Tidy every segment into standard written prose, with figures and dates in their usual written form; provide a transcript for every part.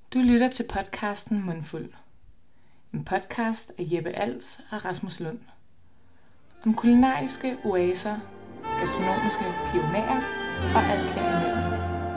Du lytter til podcasten Mundfuld. En podcast af Jeppe Als og Rasmus Lund. Om kulinariske oaser, gastronomiske pionerer og alt derimellem.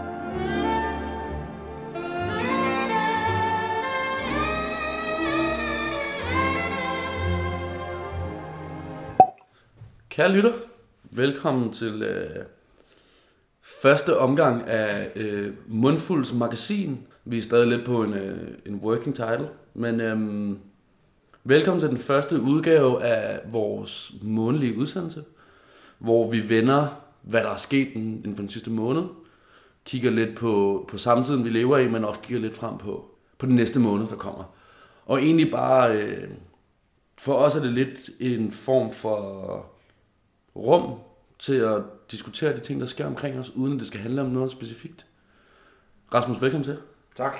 Kære lytter, velkommen til første omgang af Mundfulds magasin. Vi er stadig lidt på en working title, men velkommen til den første udgave af vores månedlige udsendelse, hvor vi vender, hvad der er sket inden for den sidste måned, kigger lidt på samtiden, vi lever i, men også kigger lidt frem på den næste måned, der kommer. Og egentlig bare, for os er det lidt en form for rum til at diskutere de ting, der sker omkring os, uden at det skal handle om noget specifikt. Rasmus, velkommen til. Tak.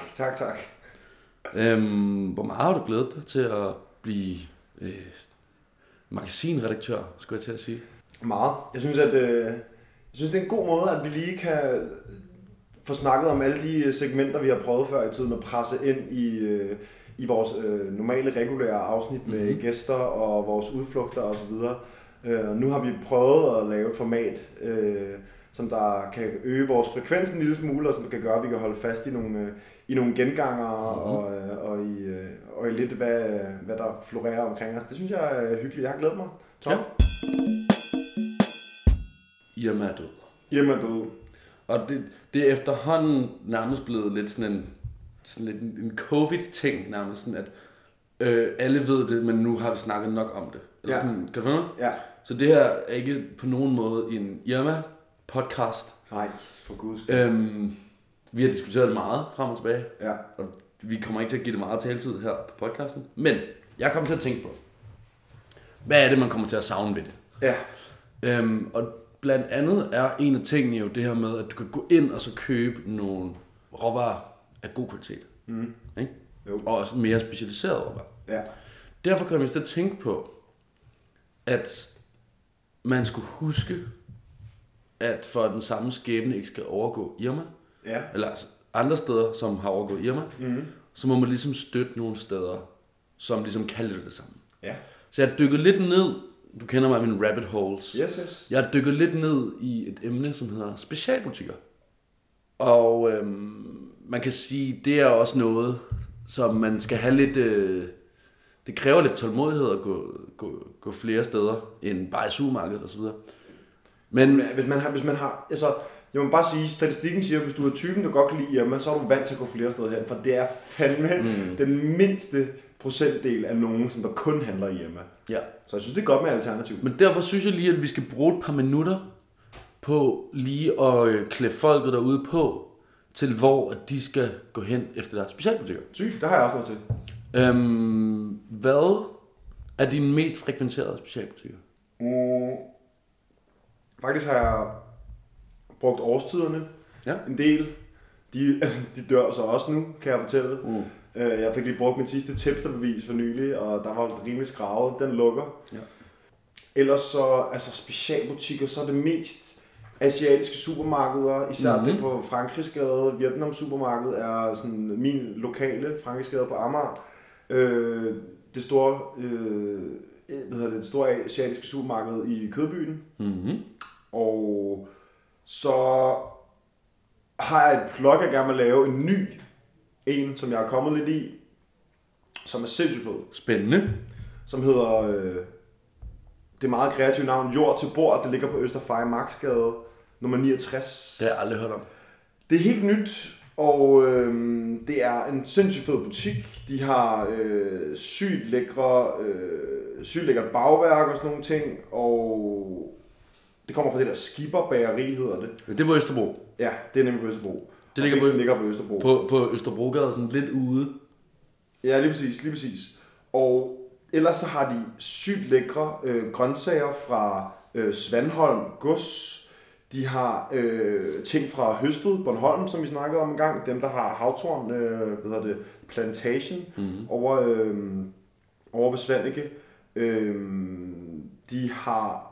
Hvor meget har du glædet dig til at blive magasinredaktør, skulle jeg til at sige? Meget. Jeg synes, det er en god måde, at vi lige kan få snakket om alle de segmenter, vi har prøvet før i tiden, og presse ind i vores normale, regulære afsnit med gæster og vores udflugter osv. Nu har vi prøvet at lave et format, som der kan øge vores frekvens en lille smule, og som kan gøre, at vi kan holde fast i nogle genganger og i lidt, hvad der florerer omkring os. Det synes jeg er hyggeligt. Jeg har glædet mig. Tom? Ja. Irma er død. Irma er død. Og det er efterhånden nærmest blevet lidt sådan en covid-ting nærmest, sådan at alle ved det, men nu har vi snakket nok om det. Eller sådan, kan du følge mig? Ja. Så det her er ikke på nogen måde en Irma-podcast. Nej, for guds skyld. Vi har diskuteret det meget frem og tilbage, Ja. og vi kommer ikke til at give det meget taletid her på podcasten. Men jeg kommer til at tænke på, hvad er det, man kommer til at savne ved det? Ja. Og blandt andet er en af tingene jo det her med, at du kan gå ind og så købe nogle råvarer af god kvalitet. Ikke? Jo. Og også mere specialiserede råvarer. Ja. Derfor kan man til at tænke på, at man skulle huske, at for den samme skæbne ikke skal overgå Irma, Ja. eller altså andre steder, som har overgået Irma, så må man ligesom støtte nogle steder, som ligesom kalder det samme. Ja. Så jeg har dykket lidt ned, du kender mig mine rabbit holes. Yes. Jeg har dykket lidt ned i et emne, som hedder specialbutikker. Og man kan sige, det er også noget, som man skal have lidt... det kræver lidt tålmodighed at gå flere steder, end bare i supermarkedet osv. Men Hvis man har, altså, jeg må bare sige, statistikken siger, at hvis du er typen, der godt kan lide Irma, så er du vant til at gå flere steder hen, for det er fandme den mindste procentdel af nogen, som der kun handler i Irma. ja. Så jeg synes, det er godt med alternativ. Men derfor synes jeg lige, at vi skal bruge et par minutter på lige at klæde folket derude på, til hvor at de skal gå hen efter deres specialbutikker. Sygt, der har jeg også noget til. Hvad er dine mest frekventerede specialbutikker? Faktisk har jeg brugt årstiderne Ja. en del. De dør så også nu, kan jeg fortælle. Jeg fik lige brugt min sidste tipsterbevis for nylig, og der var rimelig skravet. Den lukker. Ja. Ellers så, altså specialbutikker, så er det mest asiatiske supermarkeder, især det på Frankrigsgade. Vietnam supermarked er sådan min lokale Frankrigsgade på Amager. Det store, det store asiatiske supermarked i Kødbyen. Og så har jeg et plug, jeg gerne vil lave, en ny en, som jeg er kommet lidt i, som er sindssygt fed. Spændende. Som hedder, det meget kreative navn, Jord til Bord. Det ligger på Østerfej Marksgade, nummer 69. Det har jeg aldrig hørt om. Det er helt nyt, og det er en sindssygt fed butik. De har sygt lækkert bagværk og sådan nogle ting, og det kommer fra det der Skipperbageri, hedder det. Det er på Østerbro. Ja, det er nemlig på Østerbro. Det ligger på Østerbro. På Østerbrogade, sådan lidt ude. Ja, lige præcis. Og ellers så har de sygt lækre grøntsager fra Svanholm Gods. De har ting fra Høsted, Bornholm, som vi snakkede om en gang. Dem, der har havtorn, Plantation over ved Svanike. De har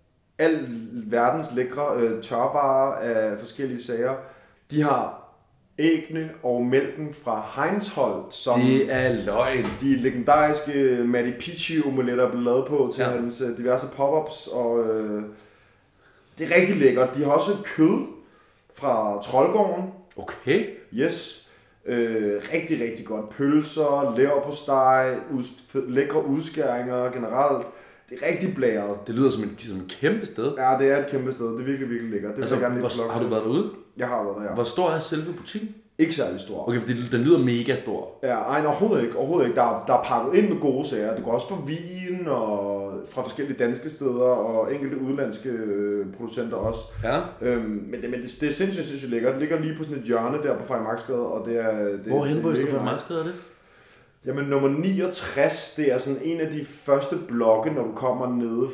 al verdens lækre tørvarer af forskellige sager. De har æggene og mælken fra Heinzhold, som Det er løgn. de legendariske Matty Peachy omeletter blev lavet på til hans diverse pop-ups, og det er rigtig lækkert. De har også kød fra Troldgården. Okay. Yes. Rigtig, rigtig godt. Pølser, leverpostej, lækre udskæringer generelt. Det er rigtig blæret. Det lyder som et kæmpe sted. Ja, det er et kæmpe sted. Det er virkelig, virkelig lækkert. Det Altså, vil jeg gerne lige har du været derude? Jeg har været der, ja. Hvor stor er selve butikken? Ikke særlig stor. Okay, fordi den lyder mega stor. Ja, ej, overhovedet ikke. Overhovedet ikke. Der er pakket ind med gode sager. Du går også få vin og fra forskellige danske steder og enkelte udenlandske producenter også. Ja. Men det er sindssygt lækkert. Det ligger lige på sådan et hjørne der på Frederiksmarksgade, og det er... Hvorhen på Frederiksmarksgade er det? Jamen, nummer 69, det er sådan en af de første blokke, når du kommer nede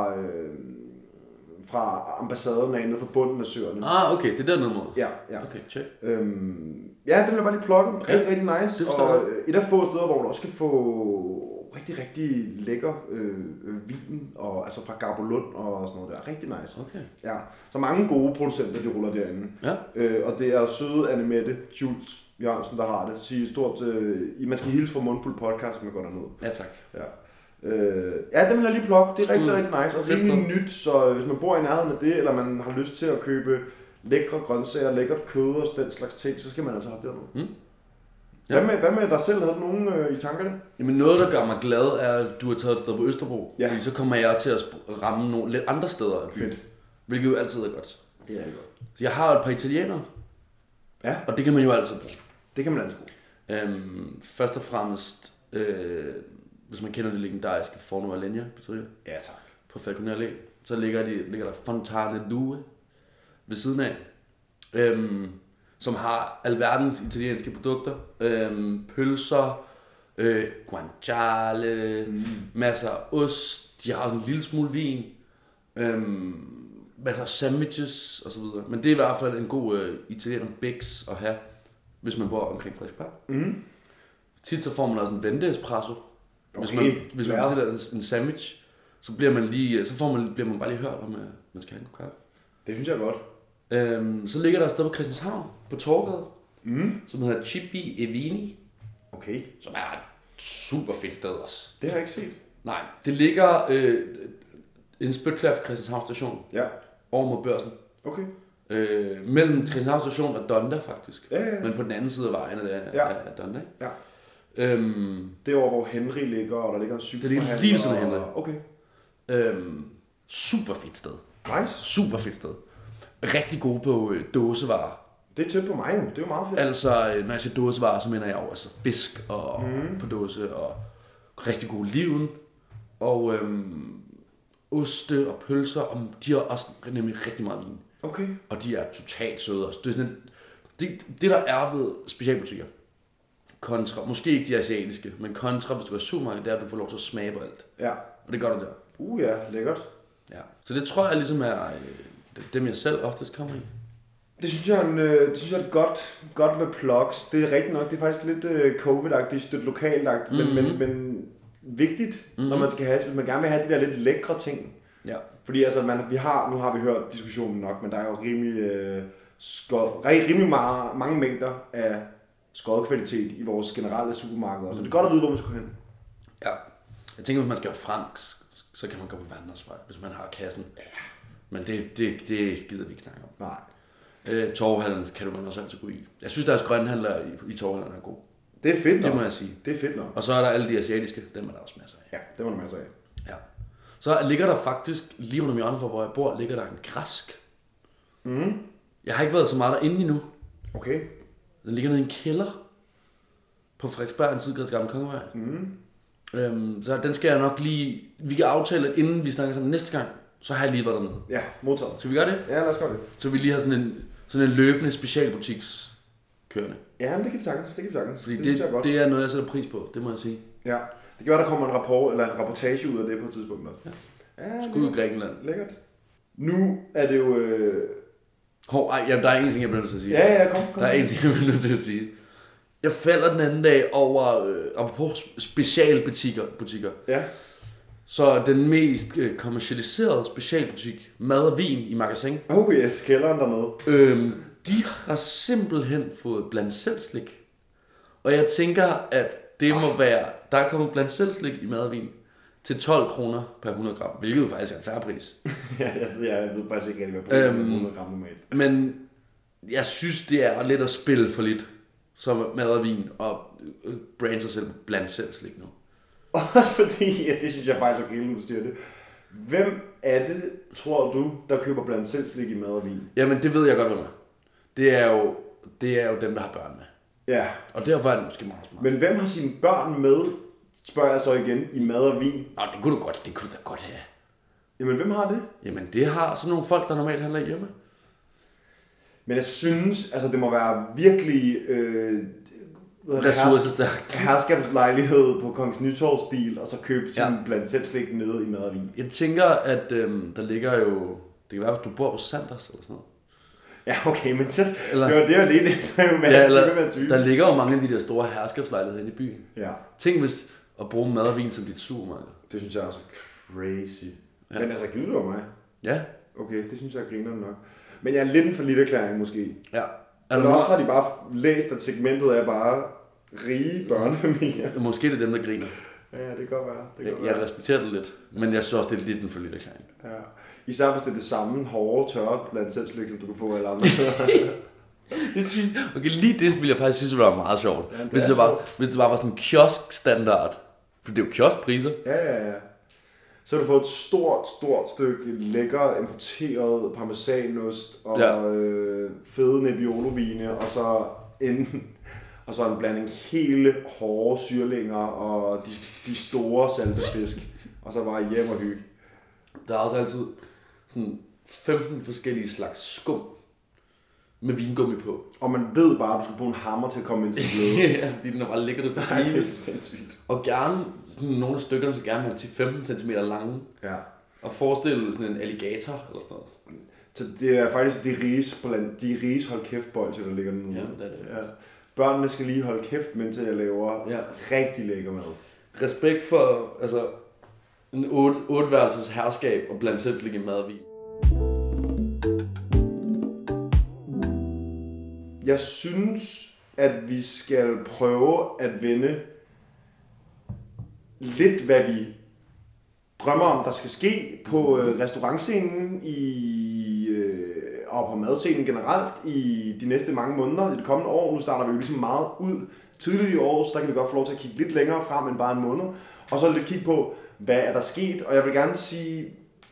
fra ambassaden af, nede fra bunden af søerne. Ah, okay, det er dernede mod. Ja. Okay, check. Ja, det vil jeg bare lige plukke. Rigtig nice. Og et af få steder, hvor du også kan få rigtig, rigtig lækker vin, og, altså fra Garbolund og sådan noget der. Rigtig nice. Okay. Ja, så mange gode producenter, de ruller derinde. Ja. Og det er søde Annemette Schultz Jørgensen, der har det. Sige stort, man skal hilse fra Mundfuld Podcast, som jeg går derned. Ja, tak. Ja. Ja, det vil jeg lige plukke. Det er rigtig, rigtig nice. Og det er nyt, så hvis man bor i nærheden af det, eller man har lyst til at købe lækre grøntsager, lækkert kød og den slags ting, så skal man altså have det dernede. Ja. Hvad med dig selv? Havde du nogen i tankerne? Jamen noget, der gør mig glad, er, at du har taget et sted på Østerbro. Ja. Fordi så kommer jeg til at ramme nogle lidt andre steder. Fedt. Hvilket jo altid er godt. Det er rigtig godt. Så jeg har et par italienere. Ja. Og det kan man jo altid bruge. Det kan man altid bruge. Først og fremmest, hvis man kender det legendariske Forno Alenia pizzeria. Ja, tak. På Falconer Allé, så ligger der Fontane Due ved siden af. Som har alverdens italienske produkter. Pølser, guanciale, masser af ost. De har også en lille smule vin. Masser af sandwiches og så videre. Men det er i hvert fald en god italiener biks at have, hvis man bor omkring Frederiksberg. Tit så får man også en vente espresso. Okay. Hvis man bestiller en sandwich, så bliver man bare lige hørt om, at man skal have en kaffe. Det synes jeg er godt. Så ligger der et sted på Christianshavn, på Torgade, som hedder Cibi e Vini. Okay. Som er et super fedt sted også. Det har jeg ikke set. Nej, det ligger en spytklat fra Christianshavn station. Ja. Over mod Børsen. Okay. Mellem Christianshavn station og Donda faktisk. Ja. Men på den anden side af vejen af Donda. Ja. Det er over, hvor Henry ligger, og der ligger en cykelforhandler. Det ligger lige ved siden af Henry. Okay. Super fedt sted. Nice. Super fedt sted. Rigtig gode på dåsevarer. Det er tæt på mig jo. Det er jo meget fedt. Altså, når jeg siger dåsevarer, så mener jeg jo altså fisk og på dåse og rigtig god oliven. Og oste og pølser, og de har også nemlig rigtig meget vin. Okay. Og de er totalt søde også. Det er sådan, det der er ved specialbutikker, kontra, måske ikke de asiatiske, men kontra, hvis du går i supermarkedet, det er, at du får lov til at smage på alt. Ja. Og det gør du der. Ja, lækkert. Ja. Så det tror jeg ligesom er dem, jeg selv oftest kommer i. Det synes jeg er godt med plugs. Det er rigtigt nok, det er faktisk lidt covid-agtigt, stødt lokalt-agtigt, men vigtigt, når man skal have, hvis man gerne vil have de der lidt lækre ting. Ja. Fordi altså, nu har vi hørt diskussionen nok, men der er jo rimelig mange mængder af skodkvalitet i vores generelle supermarkeder. Så det er godt at vide, hvor man skal hen. Ja. Jeg tænker, hvis man skal være fransk, så kan man gå på Vandrersvej, hvis man har kassen. Ja. Men det gider vi ikke snakke om. Nej. Torvehallen kan du også altid gå i. Jeg synes, deres grønhandler i Torvehallen er god. Det er fedt nok. Det må jeg sige. Det er fedt nok. Og så er der alle de asiatiske, dem er der også masser af. Ja, dem er der masser af. Ja. Så ligger der faktisk, lige under hjørnet for, hvor jeg bor, ligger der en græsk. Jeg har ikke været så meget derinde endnu. Okay. Den ligger nede i en kælder på Frederiksberg, en sidegræs gamle Kongevej. Så den skal jeg nok lige... Vi kan aftale, at inden vi snakker sammen næste gang, så har jeg lige været dernede. Ja, modtaget. Så vi gør det? Ja, lad os gøre det. Så vi lige har sådan en løbende specialbutiks kørende. Ja, men det kan vi sagtens. Fordi det, det er noget, jeg sætter pris på, det må jeg sige. Ja, det kan være, der kommer en rapport eller en rapportage ud af det på et tidspunkt også. Ja, skud i Grækenland. Lækkert. Nu er det jo... Der er en ting, jeg bliver nødt til at sige. Ja, kom. Der er en ting, jeg bliver nødt til at sige. Jeg falder den anden dag over på specialbutikker. Ja. Så den mest kommercialiserede specialbutik, mad og vin i Magasin. Oh yes, kælderen dernede. De har simpelthen fået blandt selv slik. Og jeg tænker, at det må være, der er kommet blandt selv slik i madvin til 12 kroner per 100 gram, hvilket jo faktisk er en fair pris. Ja, jeg ved faktisk ikke, hvad prisen er 100 gram normalt. Men jeg synes, det er lidt at spille for lidt som mad og vin og brande sig selv blandt selv slik nu. Også fordi, ja, det synes jeg faktisk er gælden, du siger det. Hvem er det, tror du, der køber blandt selv slik i mad og vin? Jamen, det ved jeg godt, hvem er. Det er jo dem, der har børn med. Ja. Og derfor er det måske meget smart. Men hvem har sine børn med, spørger jeg så igen, i mad og vin? Nå, det kunne du da godt have. Jamen, hvem har det? Jamen, det har sådan nogle folk, der normalt handler hjemme. Men jeg synes, altså det må være virkelig ressourcestærkt. Herskabslejlighed på Kongens Nytorv-stil, og så købe sin blandt selv slik nede i mad og vin. Jeg tænker, at der ligger jo, det kan være, hvis du bor på Sanders eller sådan noget. Ja, okay, men så, eller, det var det alene efter, der ligger jo mange af de der store herskabslejligheder inde i byen. Ja. Tænk hvis at bruge mad og vin som dit supermarked. Det synes jeg er så crazy. Ja. Men altså, gider du af mig? Ja. Okay, det synes jeg griner nok. Men jeg er lidt en forlitterklæring måske. Ja. Eller også har de bare læst, at segmentet er bare rige børnefamilier. Måske det er dem, der griner. Ja, det kan godt være. Jeg respekterer det lidt, men jeg synes også, det er lidt en forlitterklæring. Ja. Især hvis det er det samme hårde, tørre blandt selv slik, som du kan få alle andre. Okay, lige det ville jeg faktisk synes, det var meget sjovt. Ja, hvis det bare var sådan en kiosk-standard. For det er jo kioskpriser. Ja. Så har du fået et stort stykke lækker importeret parmesanost og fede Nebbiolo-vine, og så en blanding hele hårde syrlinger og de store salte fisk. Og så bare hjem og hygge. Der er også altid sådan 15 forskellige slags skum med vingummi på. Og man ved bare, at du skal bruge en hammer til at komme ind til bløde. Ja, fordi den er bare lækker det på det er sindssygt. Og gerne, sådan nogle af stykkerne så gerne være 10-15 cm lange. Ja. Og forestille sådan en alligator eller sådan noget. Så det er faktisk de riges hold kæft bolde, der ligger nu. Ja, det er det. Ja. Børnene skal lige holde kæft, mens jeg laver rigtig lækker mad. Respekt for en 8-værelses herskab og blandt selv i mad og vin. Jeg synes, at vi skal prøve at vende lidt, hvad vi drømmer om, der skal ske på restaurantscenen og på madscenen generelt i de næste mange måneder, i det kommende år. Nu starter vi jo ligesom meget ud tidligt i år, så der kan vi godt få lov til at kigge lidt længere frem end bare en måned. Og så lidt kigge på, hvad er der sket, og jeg vil gerne sige,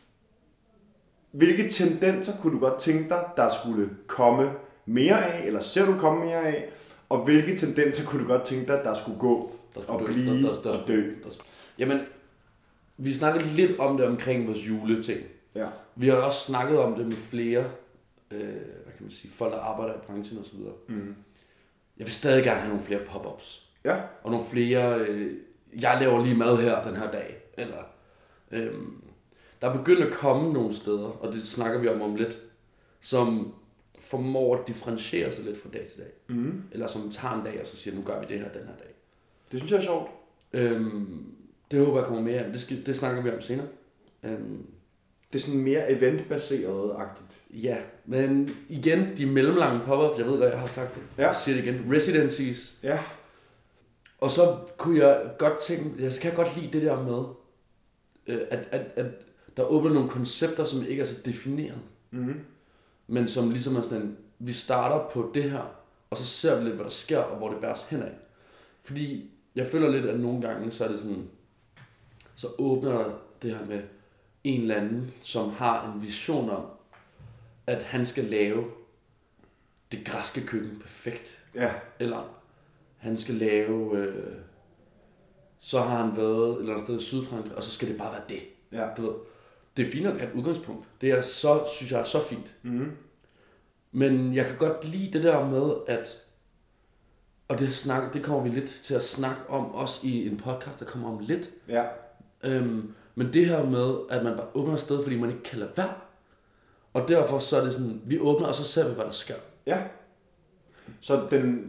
hvilke tendenser kunne du godt tænke dig, der skulle komme mere af, eller ser du komme mere af, og hvilke tendenser kunne du godt tænke dig, der skulle gå og blive og dø? Jamen, vi snakkede lidt om det omkring vores juleting. Ja. Vi har også snakket om det med flere, folk der arbejder i branchen osv. Mm. Jeg vil stadig gerne have nogle flere pop-ups. Ja. Og nogle flere, jeg laver lige mad her den her dag. Eller, der er begyndt at komme nogle steder, og det snakker vi om lidt, som formår at differentiere sig lidt fra dag til dag. Mm. Eller som tager en dag og så siger, nu gør vi det her den her dag. Det synes jeg er sjovt. Det håber jeg kommer mere af. Det snakker vi om senere. Det er sådan mere eventbaseret-agtigt. Ja, men igen, de mellemlange pop-ups, jeg ved godt, jeg har sagt det. Ja. Jeg siger det igen. Residencies. Ja. Og så kunne jeg godt tænke, jeg kan godt lide det der med, at der åbner nogle koncepter, som ikke er så defineret. Mm. Men som ligesom er sådan, vi starter på det her, og så ser vi lidt, hvad der sker, og hvor det bæres henad. Fordi jeg føler lidt, at nogle gange, så er det sådan, så åbner der det her med en eller anden, som har en vision om, at han skal lave det græske køkken perfekt. Ja. Eller han skal lave, så har han været et eller andet sted i Sydfrankrig, og så skal det bare være det. Ja. Du ved, det er fint nok et udgangspunkt. Det er så, synes jeg er så fint. Mm. Men jeg kan godt lide det der med, at, og det kommer vi lidt til at snakke om, også i en podcast, der kommer om lidt. Ja. Men det her med, at man bare åbner et sted, fordi man ikke kan lade være. Og derfor så er det sådan, vi åbner, og så ser vi, hvad der sker. Ja. Så den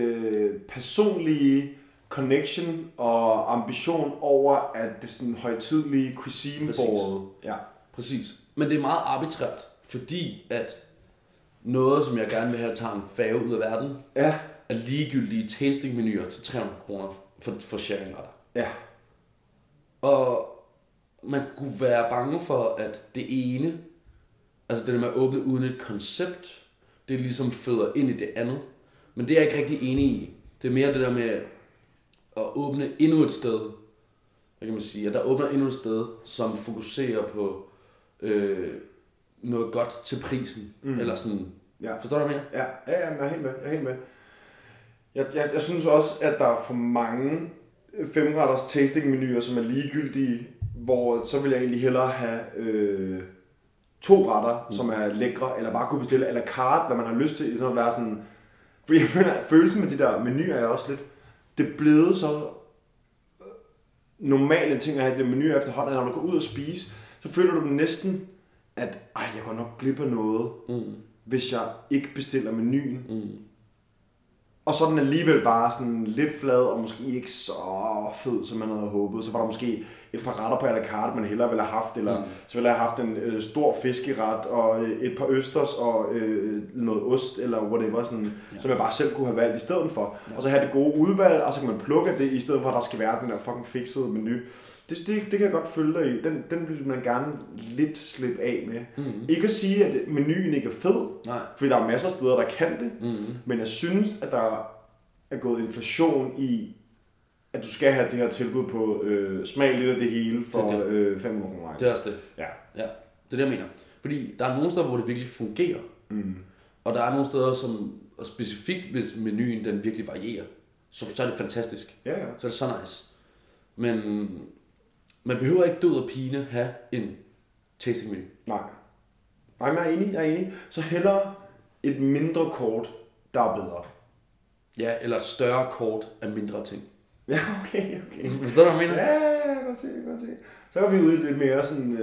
personlige connection og ambition over, at det sådan højtidelige cuisine-bordet. Ja. Præcis. Men det er meget arbitrært, fordi at noget, som jeg gerne vil have, tager en fave ud af verden, Ja. er ligegyldige tastingmenuer til 300 kroner for sharingretter. Ja. Og man kunne være bange for, at det ene, altså det der med at åbne uden et koncept, det ligesom føder ind i det andet. Men det er jeg ikke rigtig enig i. Det er mere det der med at åbne endnu et sted. Hvad kan man sige? At der åbner endnu et sted, som fokuserer på noget godt til prisen. Eller sådan. Ja. Forstår du, hvad jeg mener? Ja, jeg er helt med. Jeg synes også, at der er for mange 5-retters tastingmenuer, som er ligegyldige, hvor så vil jeg egentlig hellere have 2 retter, som er lækre, eller bare kunne bestille à la carte, hvad man har lyst til, i sådan at være sådan. Fordi jeg føler, følelsen med de der menuer er også lidt, det er blevet så normalt en ting at have de menuer efterhånden, når du går ud og spise, så føler du næsten, at jeg går nok glip af noget, hvis jeg ikke bestiller menuen. Og så er den alligevel bare sådan lidt flad, og måske ikke så fed, som man havde håbet. Så var der måske et par retter på à la carte, man hellere ville have haft, eller så ville jeg have haft en stor fiskeret, og et par østers, og noget ost, eller whatever, sådan, som jeg bare selv kunne have valgt i stedet for. Og så have det gode udvalg, og så kan man plukke det, i stedet for at der skal være den der fucking fixede menu. Det kan jeg godt følge dig i. Den vil man gerne lidt slippe af med. Ikke at sige, at menuen ikke er fed, fordi der er masser af steder, der kan det. Men jeg synes, at der er gået inflation i, at du skal have det her tilbud på smag lidt af det hele for 500 kroner. Det er også det. Ja. Det er det, jeg mener. Fordi der er nogle steder, hvor det virkelig fungerer. Og der er nogle steder, som og specifikt hvis menuen den virkelig varierer, så er det fantastisk. Ja. Så er det så nice. Men man behøver ikke død og pine have en tastingmenu. Nej, men jeg er enig. Så hellere et mindre kort, der er bedre. Ja, eller et større kort af mindre ting. Ja, okay. Forstår du, hvad jeg mener? Ja, jeg kan godt se. Så er vi ude i lidt mere sådan,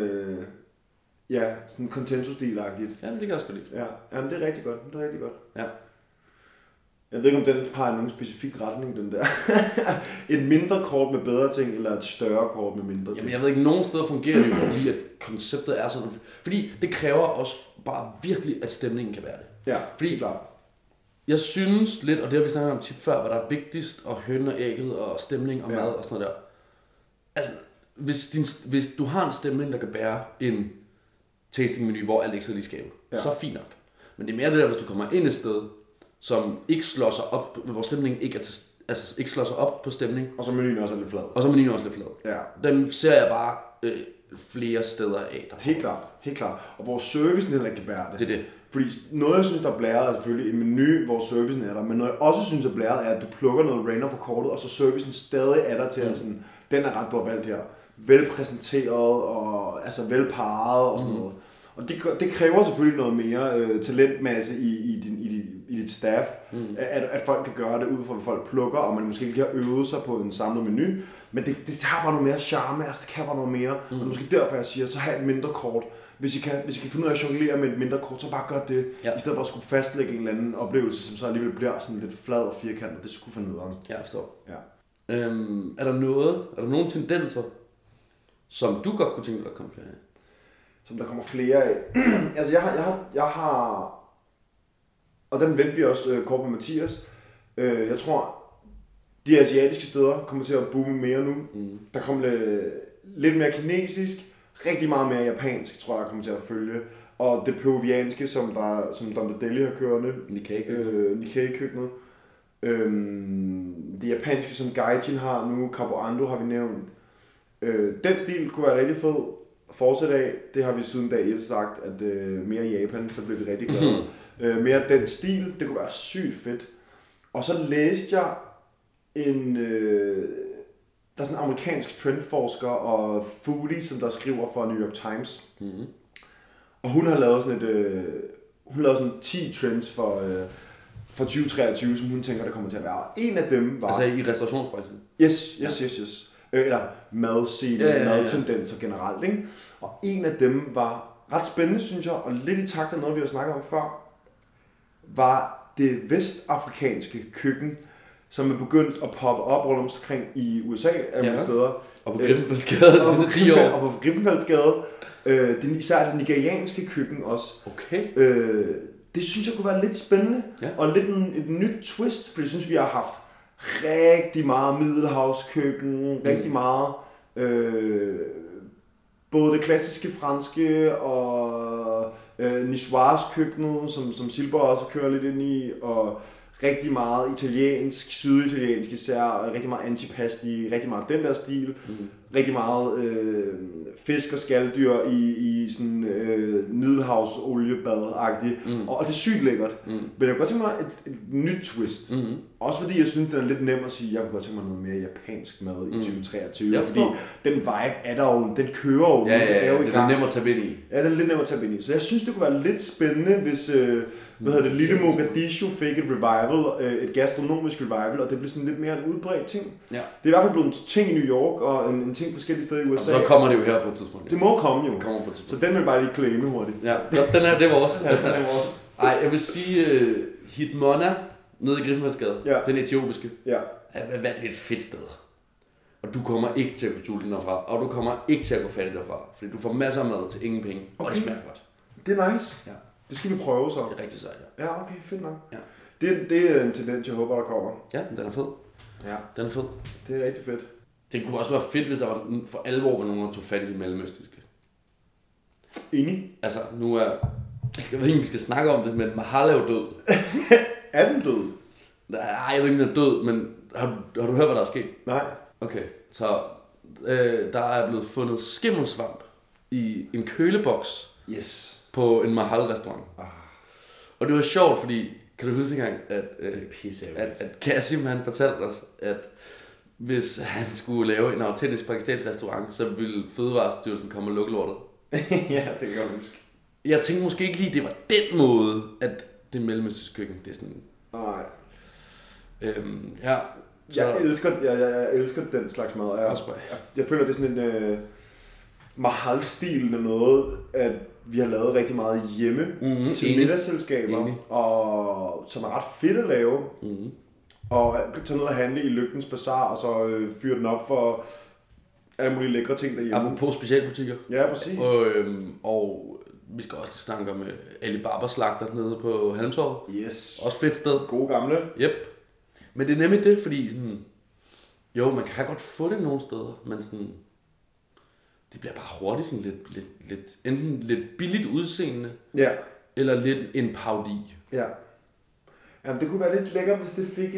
sådan consensus-stil-agtigt. Ja, det kan jeg også godt lide. Ja, jamen, det er rigtig godt. Ja. Jeg ved ikke, om den har nogen specifik retning, den der. Et mindre kort med bedre ting, eller et større kort med mindre ting. Jamen, jeg ved ikke, nogen steder fungerer det, fordi at konceptet er sådan. Fordi det kræver også bare virkelig, at stemningen kan være det. Ja, fordi klart. Jeg synes lidt, og det har vi snakket om tit før, hvad der er vigtigst, og høn og ægget, og stemning og mad og sådan noget der. Altså, hvis du har en stemning, der kan bære en tastingmenu, hvor alt ikke sidder i skabet, så er fint nok. Men det er mere det der, hvis du kommer ind et sted, som ikke slår sig op, hvor stemningen ikke er ikke slår sig op på stemning. Og så menuen også er lidt flad. Ja. Dem ser jeg bare flere steder af. Helt klart. Og hvor servicen heller ikke kan bære det. Det er det. Fordi noget, jeg synes, der er blæret, er selvfølgelig en menu, hvor servicen er der. Men noget, jeg også synes, er blæret, er, at du plukker noget random fra kortet, og så servicen stadig er der til, at sådan, den er ret, du har valgt her. Velpræsenteret og altså velparret og sådan noget. Og det kræver selvfølgelig noget mere talentmasse i dit staff, at folk kan gøre det ud fra, hvad folk plukker, og man måske ikke har øvet sig på en samlet menu. Men det har bare noget mere charme, altså det kan bare noget mere. Og måske derfor, jeg siger, så have et mindre kort. Hvis I kan finde ud af at jonglere med et mindre kort, så bare gør det. I stedet for at skulle fastlægge en eller anden oplevelse, som så alligevel bliver sådan lidt flad og firkantet. Det skulle for nederen. Ja, jeg forstår. Ja. Er der nogle tendenser, som du godt kunne tænke dig at komme flere af? Som der kommer flere af. Altså jeg har, og den vendte vi også kort med Mathias. Jeg tror, de asiatiske steder kommer til at boome mere nu. Der kommer lidt mere kinesisk, rigtig meget mere japansk, tror jeg kommer til at følge. Og det peruvianske, som Don Deli har kørende. Nikkei-køkkenet. Det japanske, som Gaijin har nu, Capoando har vi nævnt. Den stil kunne være rigtig fed. Fortsæt af, det har vi siden dag 1 sagt, at mere Japan, så bliver vi rigtig glade. Mere den stil, det kunne være sygt fedt. Og så læste jeg der er sådan en amerikansk trendforsker og foodie, som der skriver for New York Times. Og hun har lavet sådan 10 trends for 2023, som hun tænker, der kommer til at være. En af dem var... Altså i restaurationsbranchen? Yes. Eller madscene, madtendenser generelt, ikke? Og en af dem var ret spændende, synes jeg, og lidt i takt af noget, vi har snakket om før, var det vestafrikanske køkken, som er begyndt at poppe op rundt omkring i USA, alle steder. Og på Griffenfeldsgade de sidste 10 år. Og på Griffenfeldsgade. Især det nigerianske køkken også. Okay. Det synes jeg kunne være lidt spændende, Ja. og lidt et nyt twist, for jeg synes, vi har haft rigtig meget middelhavskøkken, rigtig meget både det klassiske franske og niçoise-køkkenet, som Silber også kører lidt ind i, og rigtig meget italiensk, syditaliensk især, og rigtig meget antipasti, rigtig meget den der stil, rigtig meget fisk og skalddyr i sådan middelhavsoliebad-agtigt, og det er sygt lækkert. Men jeg kunne godt tænke mig et nyt twist. Også fordi jeg synes, det er lidt nemt at sige, at jeg kunne godt tænke mig noget mere japansk mad i 2023, fordi den vibe er der jo, den kører jo, det er nemt at tage ind i. Ja, det er lidt nemt at tage ind i. Så jeg synes, det kunne være lidt spændende, hvis Lille Mogadishu fik et revival, et gastronomisk revival, og det blev sådan lidt mere en udbredt ting. Ja. Det er i hvert fald blevet en ting i New York, og en ting forskellige steder i USA. Og så kommer det jo her på et tidspunkt. Det må komme jo. Så den vil bare lige claime hurtigt. Ja, den her, det var også. Ej, jeg vil sige Hitmona nede i Griffenfeldsgade, den etiopiske. Ja. Hvad er det et fedt sted. Og du kommer ikke til at gå sulten derfra, og du kommer ikke til at gå fattig derfra, fordi du får masser af mad til ingen penge, og det smager godt. Det er nice. Ja. Det skal vi prøve så. Det er rigtig sejt, ja. Ja, okay, fedt nok. Ja. Det er en tendens, jeg håber, der kommer. Ja, den er fed. Ja. Den er fed. Det er rigtig fedt. Det kunne også være fedt, hvis der var for alvor var nogen, der tog fat i det mellemøstiske. Enig. Altså, nu er... Jeg ved ikke, vi skal snakke om det, men Mahal er jo død. Er den død? Nej, jeg ved ikke, den er død, men har du hørt, hvad der er sket? Nej. Okay, så der er blevet fundet skimmelsvamp i en køleboks på en Mahal-restaurant. Og det var sjovt, fordi, kan du huske engang, at Kasim han fortalte os, at hvis han skulle lave en autentisk pakistansk restaurant, så ville Fødevarestyrelsen komme og lukke lortet. Ja, det kan jeg godt huske. Jeg tænkte måske ikke lige, det var den måde, at det mellemøstlige køkken, det er sådan... Nej. Ja. Så... Jeg elsker den slags mad. Jeg føler, det er sådan en Mahal-stil af noget, at vi har lavet rigtig meget hjemme til middagsselskaber, og som er ret fedt at lave. Og tage ned og handle i Lygtens Bazaar, og så fyre den op for alle mulige lækre ting derhjemme. Apropos specialbutikker. Ja, præcis. Og vi skal også snakke med Alibaba-slagter nede på Halmtorvet. Yes. Også fedt sted. Gode gamle. Yep. Men det er nemlig det, fordi sådan... Jo, man kan godt få det nogle steder, men sådan... Det bliver bare hurtigt sådan lidt enten lidt billigt udseende, eller lidt en parodi. Ja. Jamen, det kunne være lidt lækkert, hvis det fik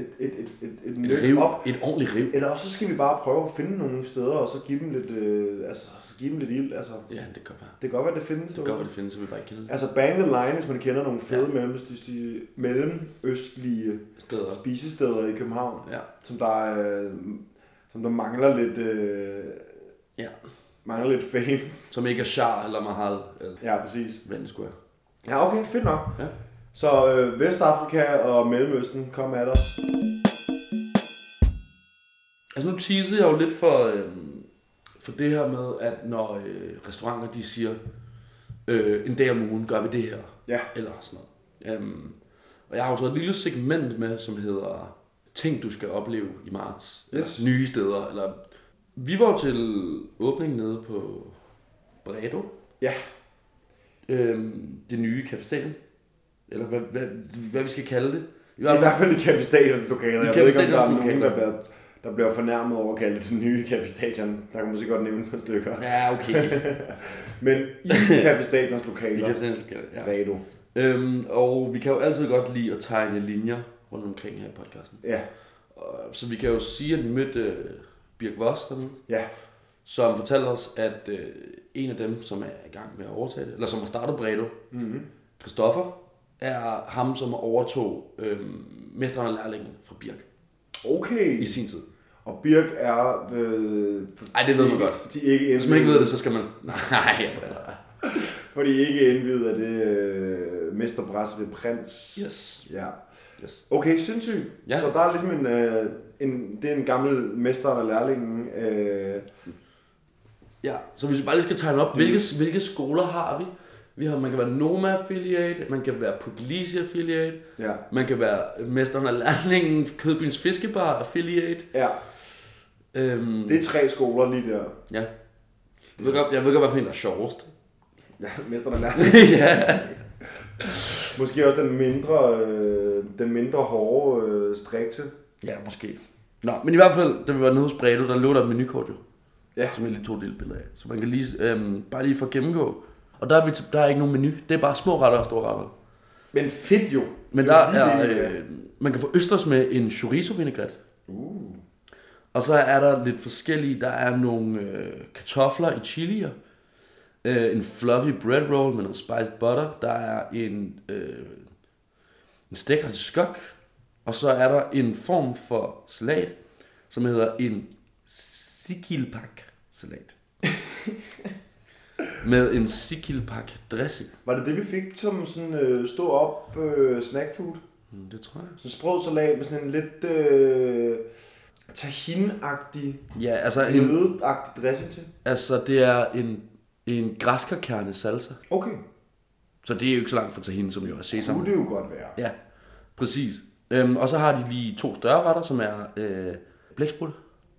et riv op. Et ordentligt riv. Eller også så skal vi bare prøve at finde nogle steder, og så give dem lidt ild. Altså, ja, det kan være. Det kan godt være, det findes. Det kan godt være, det findes, så vi bare ikke kender det. Altså, bang the line, hvis man kender nogle fede mellemøstlige spisesteder i København, som der mangler lidt... Mangler lidt fame. Som ikke er Shah eller Mahal. Eller ja, præcis. Hvad det skulle være. Ja, okay, fedt nok. Ja. Så Vestafrika og Mellemøsten, kom af dig. Altså nu teasede jeg jo lidt for det her med, at når restauranter de siger, en dag om ugen gør vi det her. Ja. Eller sådan noget. Og jeg har jo så et lille segment med, som hedder ting du skal opleve i marts. Eller nye steder. Eller vi var til åbning nede på Bredo. Ja. Det nye Café-stadion. Eller hvad vi skal kalde det. I hvert fald i Café-stadions lokaler. Jeg ved ikke, om der er nogen, der bliver fornærmet over at kalde det det nye Café-stadion. Der kan måske godt nævne et stykker. Ja, okay. Men i Café-stadions lokaler. I Café-stadions lokaler, ja. Bredo. Og vi kan jo altid godt lide at tegne linjer rundt omkring her i podcasten. Ja. Så vi kan jo sige, at vi mødte Birk Voss dernede. Ja. Som fortalte os, at en af dem, som er i gang med at overtage det, eller som har startet Bredo, Christoffer, er ham, som overtog mesteren og lærlingen fra Birk. Okay. I sin tid. Og Birk er... Ej, det ved man godt. Hvis man ikke ved det, så skal man... Nej, jeg driller. For de ikke indvidet af det mesterbræs ved prins. Yes. Ja. Yes. Okay, sindssygt. Ja. Så der er ligesom det er en gammel mester og lærlingen. Ja, så hvis vi bare lige skal tegne op, hvilke skoler har vi? Man kan være Noma Affiliate, man kan være Puglisi Affiliate, man kan være mesteren og lærlingen, Kødbyens Fiskebar Affiliate. Ja. Det er 3 skoler lige der. Ja. Jeg ved godt, hvad for en der er sjovest. Ja, mesteren og lærlingen. Ja. Måske også den mindre hårde strikse. Ja, måske. Nå, men i hvert fald, da vi var nede hos Bredo, der lå der et menukort jo. Ja. Som jeg lige tog et lille billede af. Så man kan lige, bare lige få gennemgå. Og der er ikke nogen menu. Det er bare små retter og store retter. Men fedt jo. Men der er, man kan få østers med en chorizo vinaigrette. Og så er der lidt forskellige. Der er nogle kartofler i chilier. En fluffy bread roll med noget spiced butter. Der er en stegt skok. Og så er der en form for salat, som hedder en sikilpak salat. Med en sikilpak dressing. Var det det, vi fik som sådan stå op snackfood? Det tror jeg. Så sprød salat med sådan en lidt tahin-agtig, Ja, altså nødet-agtig dressing til. Altså det er en græskarkerne salsa. Okay. Så det er jo ikke så langt fra tahin, som jo er sesam. Kunne det jo godt være. Ja, præcis. Og så har de lige 2 større retter, som er blæksprutte.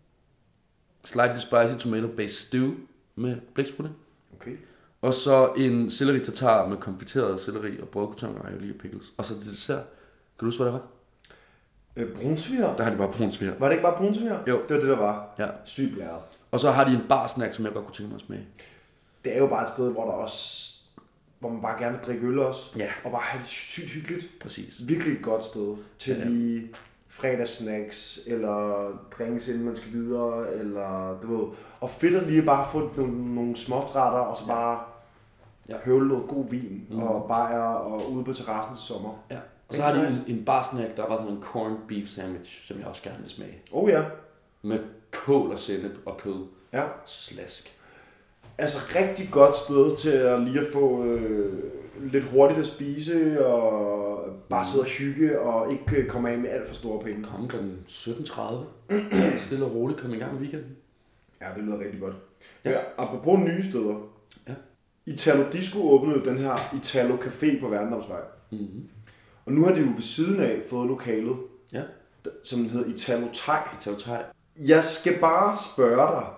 Slightly spicy tomato based stew med blæksprutte. Okay. Og så en selleri tartar med konfiteret selleri og brødkarton og aioli og pickles. Og så det dessert. Kan du huske, hvad det var? Brunsviger? Der har de bare brunsviger. Var det ikke bare brunsviger? Jo. Det var det, der var. Ja. Sygt blæret. Og så har de en barsnack, som jeg godt kunne tænke mig at smage. Det er jo bare et sted, hvor man bare gerne vil drikke øl også. Ja. Og bare have det sygt hyggeligt. Præcis. Virkelig et godt sted til lige fredagssnacks, eller drinks, inden man skal videre, eller du ved. Og fedt at lige bare få nogle småretter, og så bare høvle noget god vin, og bajer, og ude på terrassen til sommer. Ja. Og så har de en barsnack, der var sådan en corned beef sandwich, som jeg også gerne vil smage. Ja. Med kål og sennep og kød. Ja. Slask. Altså rigtig godt sted til at lige at få lidt hurtigt at spise, og bare sidde og hygge, og ikke komme af med alt for store penge. Kom kl. 17.30. Stille og roligt, kom i gang med weekenden. Ja, det lyder rigtig godt. Ja. Apropos nye steder. Ja. Italo Disco åbnede den her Italo Café på Værndomsvej. Mm-hmm. Og nu har de jo ved siden af fået lokalet, som hedder Italo Thai. Italo Thai. Jeg skal bare spørge dig,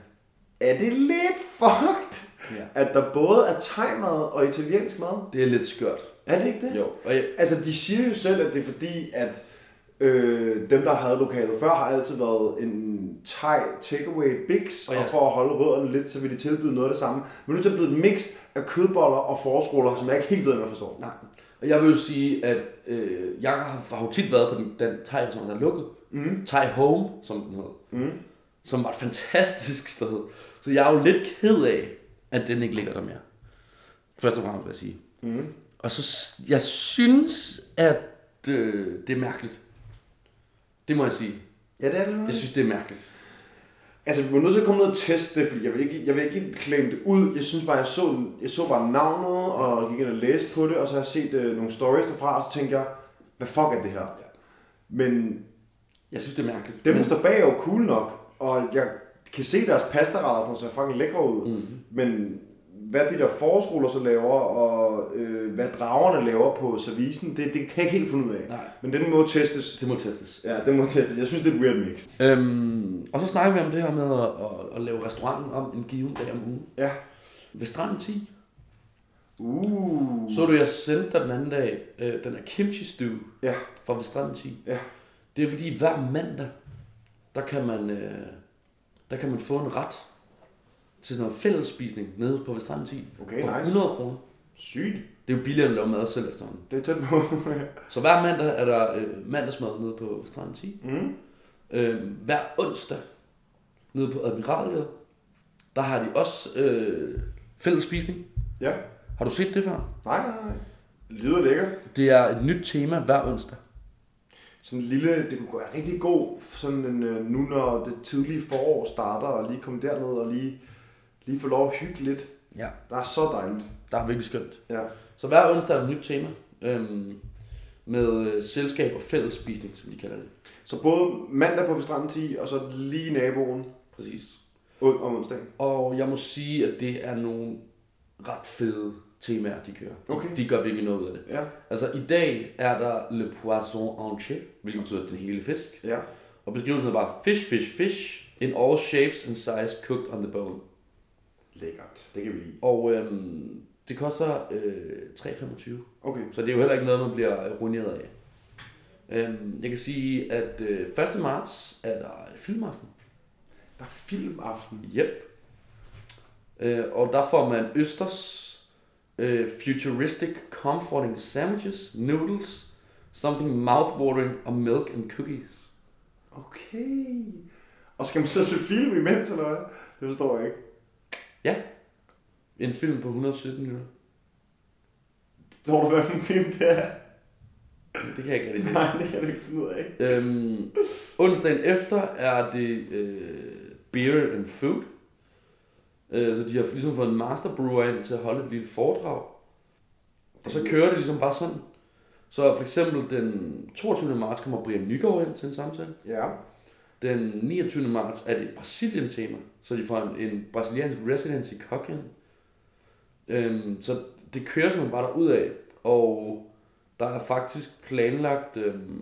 er det lidt fucked, at der både er thai-mad og italiensk mad? Det er lidt skørt. Er det ikke det? Jo. Altså, de siger jo selv, at det er fordi, at dem, der havde lokalet før, har altid været en thai takeaway bigs, og for at holde rødderne lidt, så vil de tilbyde noget af det samme. Men nu er det blevet et mix af kødboller og forårsruller, som jeg ikke helt ved, om jeg forstår. Nej. Og jeg vil jo sige, at jeg har jo tit været på den thai-restaurant, der er lukket. Thai Home, som den hedder. Som var et fantastisk sted. Så jeg er jo lidt ked af, at den ikke ligger der mere. Først og fremmest vil jeg sige. Og så, jeg synes, at det er mærkeligt. Det må jeg sige. Ja, det er det. Jeg synes, det er mærkeligt. Altså, vi var nødt til at komme ned og teste det, fordi jeg vil ikke claim det ud. Jeg synes bare, jeg så bare navnet, og gik ind og læste på det, og så har jeg set nogle stories derfra, og så tænkte jeg, hvad fuck er det her? Ja. Men jeg synes, det er mærkeligt. Dem, der står bag, er jo cool nok, og jeg kan se deres pastaretter, som ser fucking lækre ud. Men hvad de der forårsruller så laver, og hvad dragerne laver på servicen, det kan jeg ikke helt finde ud af. Nej. Men den må testes. Det må testes. Ja, det må testes. Jeg synes, det er et weird mix. Og så snakker vi om det her med at lave restauranten om en given dag om ugen. Ja. Ved Stranden 10. Så du, jeg sendte dig den anden dag, den er kimchi stew fra Ved Stranden 10. Ja. Det er fordi hver mandag, der kan man få en ret til sådan noget fællesspisning nede på Ved Stranden 10. Okay, for nice. 100 kroner. Sygt. Det er jo billigere at lave mad selv efterhånden. Det er tæt på. Så hver mandag er der mandagsmad nede på Ved Stranden 10. Hver onsdag nede på Admiralgade, der har de også fællesspisning. Ja. Har du set det før? Nej. Det lyder lækkert. Det er et nyt tema hver onsdag. Sådan en lille, det kunne være rigtig god, sådan en, nu når det tidlige forår starter, og lige komme derned og lige få lov at hygge lidt. Ja. Der er så dejligt. Der er virkelig skønt. Ja. Så hver onsdag er et nyt tema, med selskab og fællesspisning, som de kalder det. Så både mandag på Ved Stranden 10, og så lige naboen. Præcis. Om onsdagen. Og jeg må sige, at det er nogle ret fede temaer, de kører. Okay. De gør virkelig noget ud af det. Ja. Altså i dag er der le poisson entier, hvilket betyder den hele fisk. Ja. Og beskrivelsen er bare fish in all shapes and size cooked on the bone. Lækkert. Det kan vi lide. Og Det koster 3,25. Okay. Så det er jo heller ikke noget, man bliver ruineret af. Jeg kan sige, at 1. marts er der filmaften. Der er filmaften? Yep. Og der får man Østers futuristic comforting sandwiches, noodles, something mouthwatering og milk and cookies. Okay. Og skal man så se film imens, eller hvad? Det forstår jeg ikke. Ja. En film på 117 minutter. Tror du, hvad for en film det er? Det kan jeg ikke rigtig finde. Nej, det kan du ikke finde ud af. Onsdagen efter er det beer and food. Så de har ligesom fået en masterbrewer ind til at holde et lille foredrag. Og så kører det ligesom bare sådan. Så for eksempel den 22. marts kommer Brian Nygaard ind til en samtale. Ja. Den 29. marts er det Brasilien-tema. Så de får en brasiliansk residency kok ind. Så det kører simpelthen bare derudad. Og der er faktisk planlagt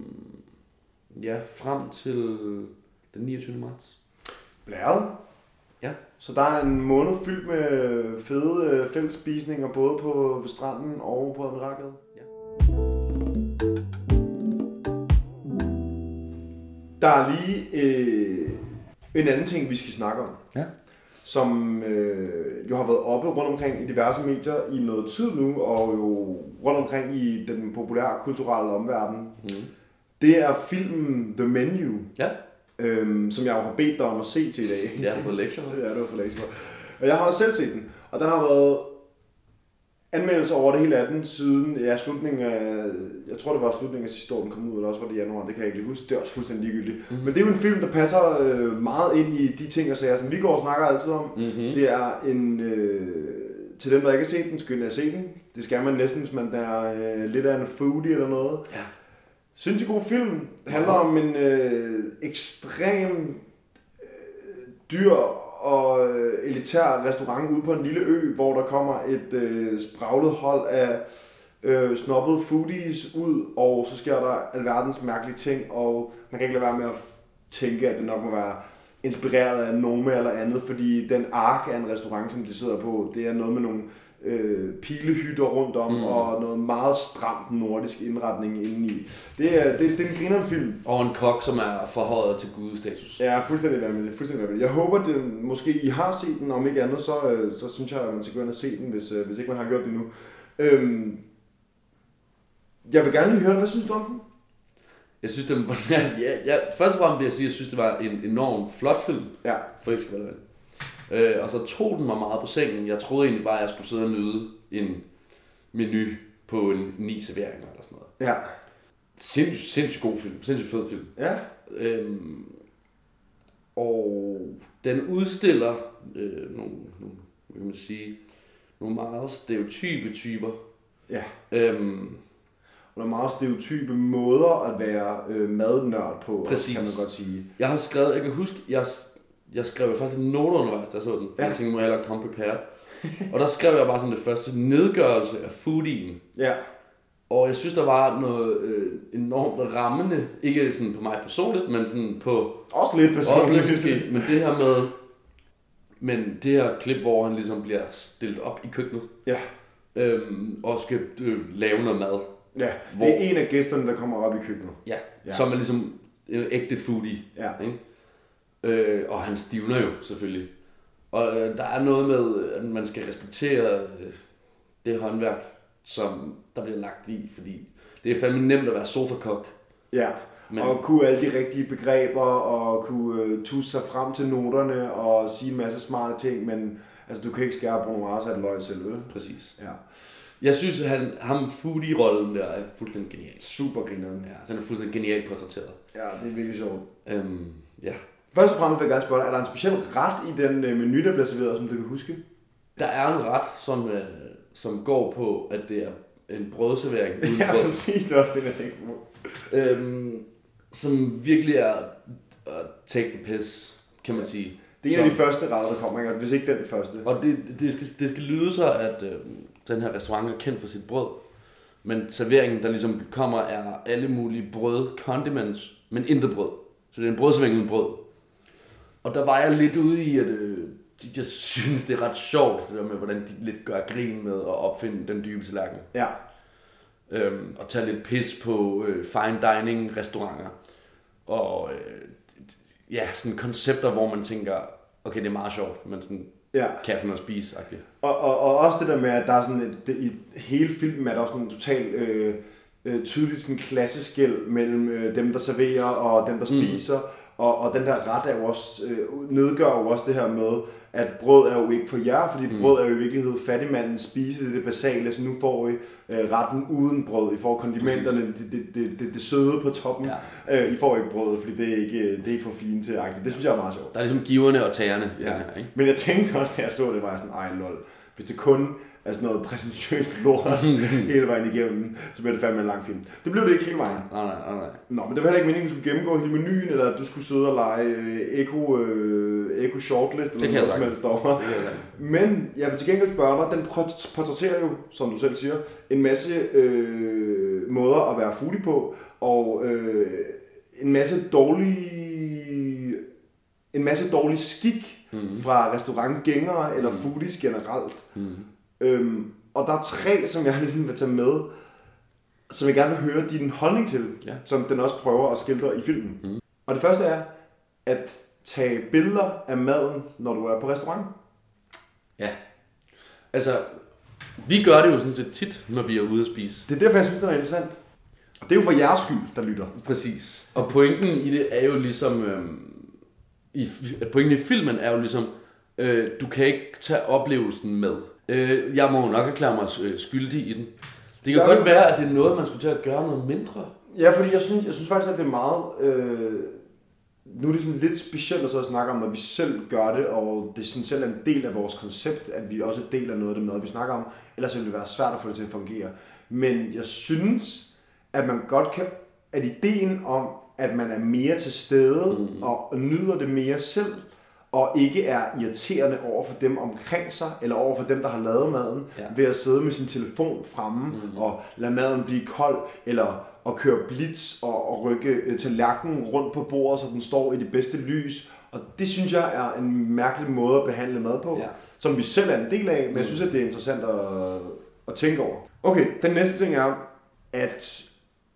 frem til den 29. marts. Blæret? Ja. Så der er en måned fyldt med fede fællesspisninger, både på stranden og på Admiralgade? Ja. Der er lige en anden ting, vi skal snakke om. Ja. Som jo har været oppe rundt omkring i diverse medier i noget tid nu, og jo rundt omkring i den populære kulturelle omverden. Det er filmen The Menu, som jeg jo har bedt dig om at se til i dag. Ja, for lektier. Ja, det var for lektier. Og jeg har også selv set den, og den har været anmeldelser over det hele af den siden slutningen af, jeg tror det var slutningen af sidste år, den kom ud, eller også var det januar, det kan jeg ikke lige huske, det er også fuldstændig ligegyldigt. Men det er jo en film, der passer meget ind i de ting og sager, som vi går og snakker altid om. Det er en, til dem der ikke har set den, skynd at se den. Det skal man næsten, hvis man er lidt af en foodie eller noget. Ja. Sindssygt god film. Det handler om en ekstrem dyr og elitær restaurant ude på en lille ø, hvor der kommer et spraglet hold af snobbede foodies ud, og så sker der alverdens mærkelige ting, og man kan ikke lade være med at tænke, at det nok må være inspireret af Noma eller andet, fordi den ark af en restaurant, som de sidder på, det er noget med nogle pilehytter rundt om, og noget meget stramt nordisk indretning indeni. Det er en grinerende film. Og en kok, som er forhøjet til gudestatus. Ja, fuldstændig vanvittigt. Jeg håber, at måske I har set den, om ikke andet, så synes jeg, at man skal gå ind og se den, hvis ikke man har gjort det endnu. Jeg vil gerne lige høre, hvad synes du om den? Jeg synes, det var... først og fremmest vil jeg sige, at jeg synes, det var en enormt flot film. Ja. For det skal være det. Og så tog den mig meget på sengen. Jeg troede egentlig bare, at jeg skulle sidde og nyde en menu på en 9 serveringer eller sådan noget. Ja. Sindssygt god film. Sindssygt fed film. Ja. Og den udstiller nogle, hvad kan man sige, nogle meget stereotype typer. Ja. Og nogle meget stereotype måder at være madnørd på, præcis. Kan man godt sige. Jeg har skrevet, jeg kan huske, jeg skrev faktisk en note undervejs, da jeg så den. Ja. Jeg tænkte, må jeg hellere komme prepared. Og der skrev jeg bare sådan det første, nedgørelse af foodien. Ja. Og jeg synes, der var noget enormt rammende, ikke sådan på mig personligt, men sådan på... Også lidt personligt. Måske, men det her med... Men det her klip, hvor han ligesom bliver stillet op i køkkenet. Ja. Og skal lave noget mad. Ja, det er en af gæsterne, der kommer op i køkkenet. Ja, som er ligesom en ægte foodie. Ja. Ikke? Og han stivner jo selvfølgelig. Og der er noget med, at man skal respektere det håndværk, som der bliver lagt i, fordi det er fandme nemt at være sofakok. Ja, og kunne alle de rigtige begreber, og kunne tusse sig frem til noterne, og sige en masse smarte ting, men altså, du kan ikke skære bruno mars af et løg selv, vel? Præcis. Ja. Jeg synes, at ham foodie-rollen der er fuldstændig genial. Super genial. Ja, den er fuldstændig genialt portrætteret. Ja, det er virkelig sjovt. Ja. Først og fremmest vil jeg gerne spørge dig, er der en speciel ret i den menu, der bliver serveret, som du kan huske? Der er en ret, som går på, at det er en brødservering uden ja, brød. præcis. Det er også det, jeg tænkte på. Som virkelig er at take the piss, kan man sige. Det er en af de første retter, der kommer, ikke? Hvis ikke den første. Og det skal lyde så, at den her restaurant er kendt for sit brød. Men serveringen, der ligesom kommer, er alle mulige brød, condiments, men intet brød. Så det er en brødservering uden brød. Og der var jeg lidt ude i, at jeg synes, det er ret sjovt, det der med, hvordan de lidt gør grin med at opfinde den dybe tallerken. Ja. Og tage lidt pis på fine dining restauranter. Og sådan koncepter, hvor man tænker, okay, det er meget sjovt, men sådan kan få noget at spise-agtigt. Og også det der med, at der er sådan i hele filmen er der også sådan en total tydeligt sådan klasseskel mellem dem, der serverer og dem, der spiser. Og den der ret er jo også, nedgør jo også det her med, at brød er jo ikke for jer, fordi brød er jo i virkeligheden fattigmandens spise, det er det basale, så nu får I retten uden brød, I får kondimenterne, det søde på toppen, I får ikke brød, fordi det er ikke for fint til agtigt. Det synes jeg er meget sjovt. Der er ligesom giverne og tagerne i den her, ikke? Men jeg tænkte også, da jeg så det, var jeg sådan, ej lol, hvis det kun er sådan noget præsentøst lort hele vejen igennem, så bliver det fandme en lang film. Det blev det ikke hele vejen. Nej. Nå, men det var heller ikke meningen, at du skulle gennemgå hele menuen, eller at du skulle sidde og lege Echo Shortlist, eller noget som helst derovre. Men jeg vil til gengæld spørge dig, den portrætterer jo, som du selv siger, en masse måder at være foodie på, og en masse dårlig skik fra restaurantgængere eller foodies generelt. Og der er 3, som jeg ligesom vil tage med, som jeg gerne vil høre din holdning til, som den også prøver at skildre i filmen. Og det første er at tage billeder af maden, når du er på restaurant. Ja. Altså, vi gør det jo sådan set tit, når vi er ude at spise. Det er derfor, jeg synes, det er interessant. Det er jo for jeres skyld, der lytter. Præcis. Og pointen i det er jo ligesom... pointen i filmen er jo ligesom, du kan ikke tage oplevelsen med. Jeg må jo nok erklære mig skyldig i den. Det kan godt være, at det er noget, man skulle til at gøre noget mindre. Ja, fordi jeg synes faktisk, at det er meget... nu er det sådan lidt specielt at så snakke om, når vi selv gør det, og det er sådan selv en del af vores koncept, at vi også deler noget af det med, vi snakker om. Ellers ville det være svært at få det til at fungere. Men jeg synes, at man godt kan... At ideen om, at man er mere til stede og nyder det mere selv, og ikke er irriterende over for dem omkring sig, eller over for dem, der har lavet maden, ved at sidde med sin telefon fremme, og lade maden blive kold, eller at køre blitz og rykke tallerkenen rundt på bordet, så den står i det bedste lys. Og det synes jeg er en mærkelig måde at behandle mad på, som vi selv er en del af, men jeg synes, at det er interessant at tænke over. Okay, den næste ting er at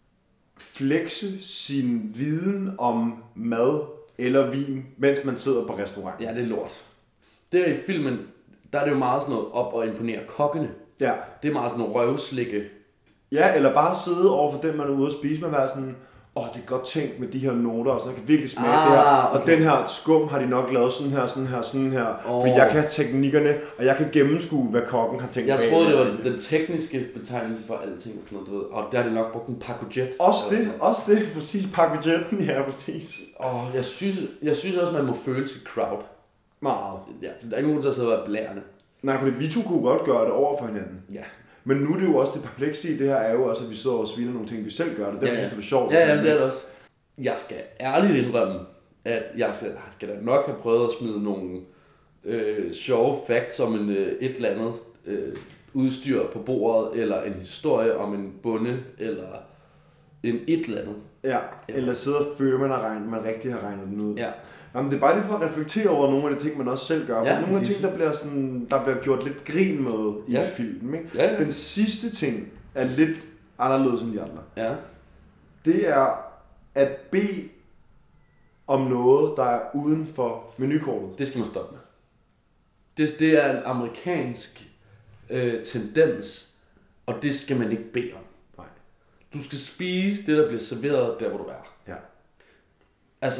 flexe sin viden om mad eller vin, mens man sidder på restaurant. Ja, det er lort. Der i filmen, der er det jo meget sådan noget op og imponere kokkene. Ja. Det er meget sådan noget røvslikke. Ja, eller bare sidde over for dem, man er ude at spise, med at være sådan, det er godt tænkt med de her noter, og så kan virkelig smage det her. Og den her skum har de nok lavet sådan her. Fordi jeg kan teknikkerne, og jeg kan gennemskue, hvad kokken har tænkt. Jeg troede, det var den tekniske betegnelse for alting og sådan noget, du ved. Og der har de nok brugt en pacojet. Også det, præcis, pacojetten, ja, præcis. Jeg synes også, man må føle sit crowd. Meget. Ja, der er ikke nogen, der sidder og være blærende. Nej, fordi vi to kunne godt gøre det over for hinanden. Ja. Men nu er det jo også det perplekse i det her, er jo også, at vi sidder og sviner nogle ting, vi selv gør det. Det synes det er sjovt. Ja, det er det også. Jeg skal ærligt indrømme, at jeg skal da nok have prøvet at smide nogle sjove facts om et eller andet udstyr på bordet, eller en historie om en bonde, eller et eller andet. Ja, eller sidde og føle, man rigtig har regnet den ud. Ja. Jamen, det er bare lige for at reflektere over nogle af de ting, man også selv gør. For nogle af de ting, der bliver gjort lidt grin med i filmen. Ikke? Ja. Den sidste ting er lidt anderledes end de andre. Ja. Det er at bede om noget, der er uden for menukortet. Det skal man stoppe med. Det er en amerikansk tendens, og det skal man ikke bede om. Nej. Du skal spise det, der bliver serveret der, hvor du er. Ja. Altså,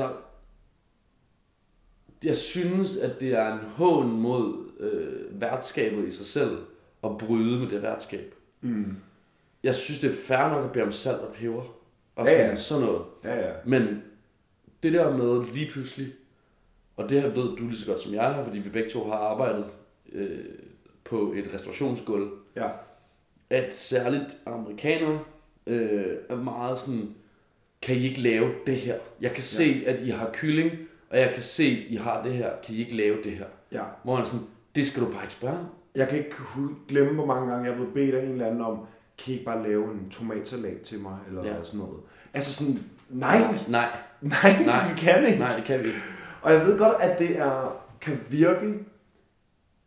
jeg synes, at det er en hån mod værtskabet i sig selv at bryde med det værtskab. Jeg synes, det er fair nok at bede om salt og peber og sådan noget. Ja. Men det der med lige pludselig, og det her ved du lige så godt som jeg har, fordi vi begge to har arbejdet på et restaurationsgulv, at særligt amerikanere er meget sådan, kan I ikke lave det her? Jeg kan se, at I har kylling, og jeg kan se, at I har det her. Kan I ikke lave det her? Ja. Hvor han sådan, det skal du bare ikke spørge. Jeg kan ikke glemme, hvor mange gange jeg er blevet bedt af en eller anden om, kan I ikke bare lave en tomatsalat til mig, eller sådan noget. Altså sådan, nej, vi kan ikke. Nej, det kan vi ikke. Og jeg ved godt, at det kan virke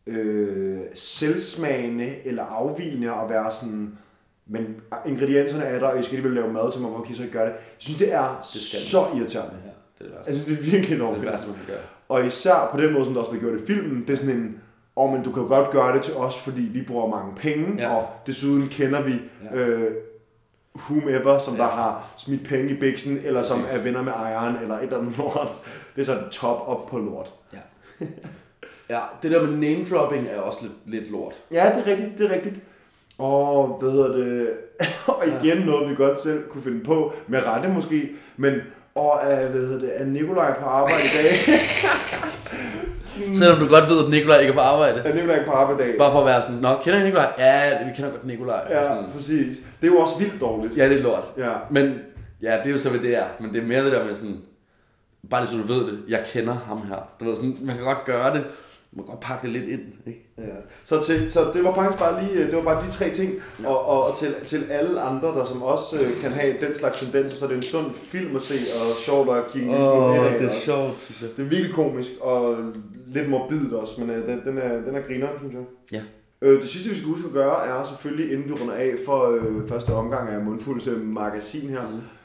selvsmagende eller afvigende og være sådan, men ingredienserne er der, og I skal alligevel lave mad til mig, hvorfor kan I så ikke gøre det? Jeg synes, det er så irriterende. Ja, det er det værste. Jeg synes, det er virkelig dårligt. Det er det værste, man kan gøre. Og især på den måde, som der også bliver gjort i filmen, det er sådan en, men du kan jo godt gøre det til os, fordi vi bruger mange penge, og desuden kender vi whomever, som der har smidt penge i biksen, eller som er venner med ejeren, eller et eller andet lort. Det er sådan top op på lort. Ja. Ja, det der med name dropping er også lidt lort. Ja, det er rigtigt. Og hvad hedder det? Og igen noget, vi godt selv kunne finde på, med rette måske, men er Nikolaj på arbejde i dag? Selvom du godt ved, at Nikolaj ikke er på arbejde. Er Nikolaj ikke på arbejde i dag? Bare for at være sådan, nå, kender I Nikolaj? Ja, vi kender godt Nikolaj. Ja, sådan. præcis. Det er jo også vildt dårligt. Ja, det er lort. Ja. Men ja, det er jo så, hvad det er. Men det er mere det der med sådan, bare det så du ved det, jeg kender ham her. Du ved sådan, man kan godt gøre det. Man kan godt pakke det lidt ind, ikke? Ja. Så det var faktisk bare lige, det var bare de 3 ting, og til alle andre, der som også kan have den slags tendenser, så det er en sund film at se, og sjovt at kigge af. Det er sjovt, synes jeg. Det er virkelig komisk, og lidt morbidt også, men den er grineren, synes jeg. Ja. Det sidste, vi skal huske at gøre, er selvfølgelig, inden vi runder af for første omgang af Mundfulds magasin her,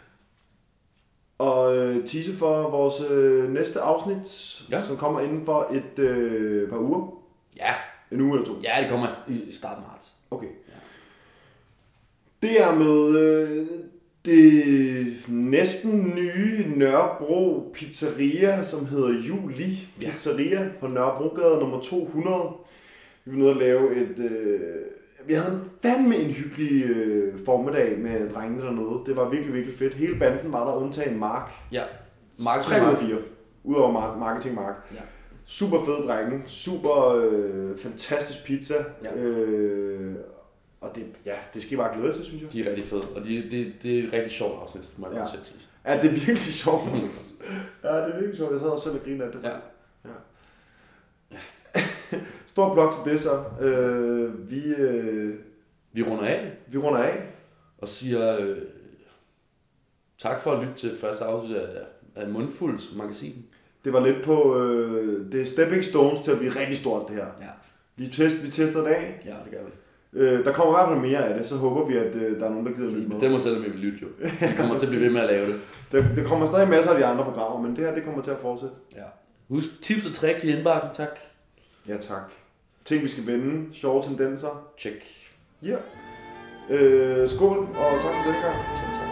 og tease for vores næste afsnit, som kommer inden for et par uger. Ja. En uge eller 2. Ja, det kommer i starten af marts. Okay. Ja. Det er med det næsten nye Nørrebro Pizzeria, som hedder Juli Pizzeria på Nørrebrogade nummer 200. Vi var nede at lave vi havde fandme en hyggelig formiddag med drengene dernede. Det var virkelig, virkelig fedt. Hele banden var der undtagen Mark. Ja. Mark 3 ud af 4. Udover marketing Mark. Ja. Super fede drenge. Super fantastisk pizza. Ja. Og det skal I bare glæde til, synes jeg. De er rigtig fede. Og det er et rigtig sjovt afsnit, må jeg godt selv sige. Ja, det er virkelig sjovt. Ja, det er virkelig sjovt. Jeg sad også selv og griner af det. Ja. Stor blok til det så. Vi runder af. Vi runder af. Og siger tak for at lytte til første afsnit af Mundfulds magasin. Det var lidt på... det er stepping stones til at blive rigtig stort, det her. Ja. Vi tester det af. Ja, det gør vi. Der kommer i hvert fald mere af det, så håber vi, at der er nogen, der gider lytte med. Det må selvom vi vil lytte jo. Vi kommer til at blive ved med at lave det. Det kommer stadig masser af de andre programmer, men det her, det kommer til at fortsætte. Ja. Husk tips og tricks i indbakken, tak. Ja, tak. Ting, vi skal vende. Sjove tendenser. Check. Ja. Skål, og tak for den gang. Tak.